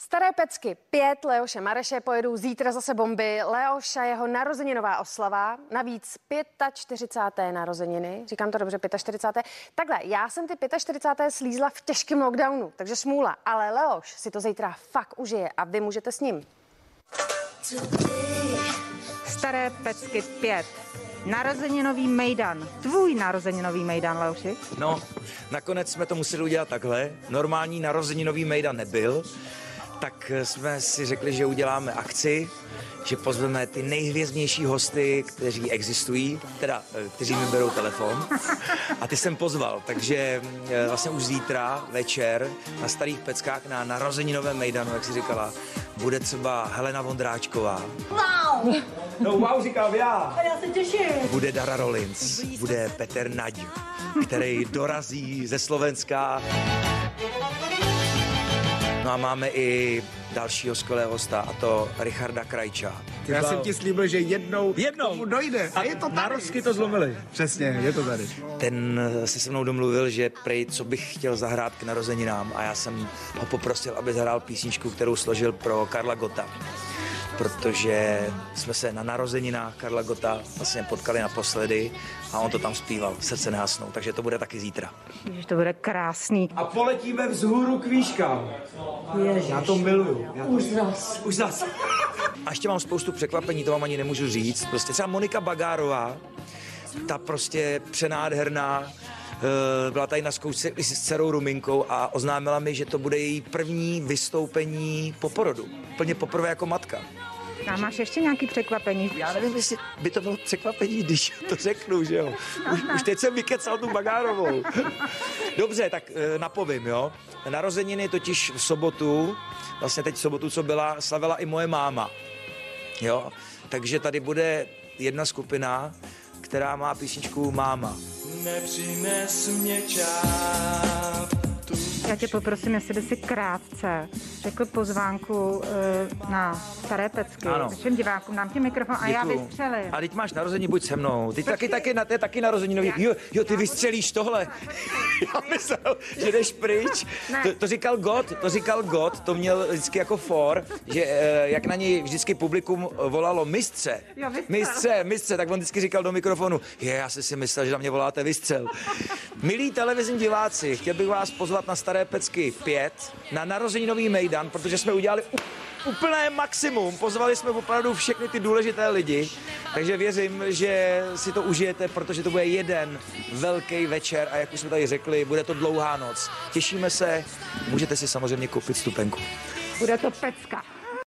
Staré pecky 5 Leoše Mareše pojedou zítra zase bomby. Leoša jeho narozeninová oslava, navíc 45. narozeniny. Říkám to dobře, 45. Takhle, já jsem ty 45. slízla v těžkém lockdownu, takže smůla. Ale Leoš si to zítra fakt užije a vy můžete s ním. Staré pecky 5. Narozeninový mejdan. Tvůj narozeninový mejdan, Leoši? No, nakonec jsme to museli udělat takhle. Normální narozeninový mejdan nebyl, tak jsme si řekli, že uděláme akci, že pozveme ty nejhvězdnější hosty, kteří existují, teda kteří mi berou telefon. A ty jsem pozval, takže vlastně už zítra večer na Starých peckách na narozeninovém mejdanu, jak jsi říkala, bude třeba Helena Vondráčková. Wow! No wow, říkám já. Já se těším. Bude Dara Rollins, bude Petr Naď, který dorazí ze Slovenska. No a máme i dalšího skvělého hosta, a to Richarda Krajča. Já jsem ti slíbil, že jednou tomu dojde. A je to tady. Narosky to zlomili. Přesně, je to tady. Ten se mnou domluvil, že prej, co bych chtěl zahrát k narozeninám, a já jsem ho poprosil, aby zahrál písničku, kterou složil pro Karla Gotta. Protože jsme se na narozeninách Karla Gotta vlastně potkali naposledy a on to tam zpíval, Srdce nehasnou, takže to bude taky zítra. Ježiš, to bude krásný. A poletíme vzhůru k výškám. Ježiš. Já to miluju. Už zas. A ještě mám spoustu překvapení, to vám ani nemůžu říct. Prostě třeba Monika Bagárová, ta prostě přenádherná, byla tady na zkoušce i s dcerou Ruminkou a oznámila mi, že to bude její první vystoupení po porodu. Úplně poprvé jako matka. A máš ještě nějaký překvapení? Já nevím, jestli by to bylo překvapení, když to řeknu, že jo. Už teď jsem vykecal tu Bagárovou. Dobře, tak napovím, jo. Narozeniny totiž v sobotu, vlastně teď v sobotu, co byla, slavila i moje máma. Jo, takže tady bude jedna skupina, která má písničku Máma. Nepřines mě čáp. Já tě poprosím, jestli by si krátce řekl pozvánku na Staré pecky. Ano. Všem divákům dám ti mikrofon a já Děkuju. vystřelím. A teď máš narozeniny, buď se mnou. Ty taky narozeninový. Jo, ty vystřelíš tohle. Já myslel, že jdeš pryč. To říkal God, to měl vždycky jako for, že jak na něj vždycky publikum volalo mistře. Jo, vystřel. Mistře, tak on vždycky říkal do mikrofonu, já jsem si myslel, že na mě voláte vystřel. Milí televizní diváci, chtěl bych vás pozvat na Staré pecky 5, na narozeninový mejdan, protože jsme udělali úplné maximum. Pozvali jsme opravdu všechny ty důležité lidi, takže věřím, že si to užijete, protože to bude jeden velký večer a jak už jsme tady řekli, bude to dlouhá noc. Těšíme se, můžete si samozřejmě koupit vstupenku. Bude to pecka.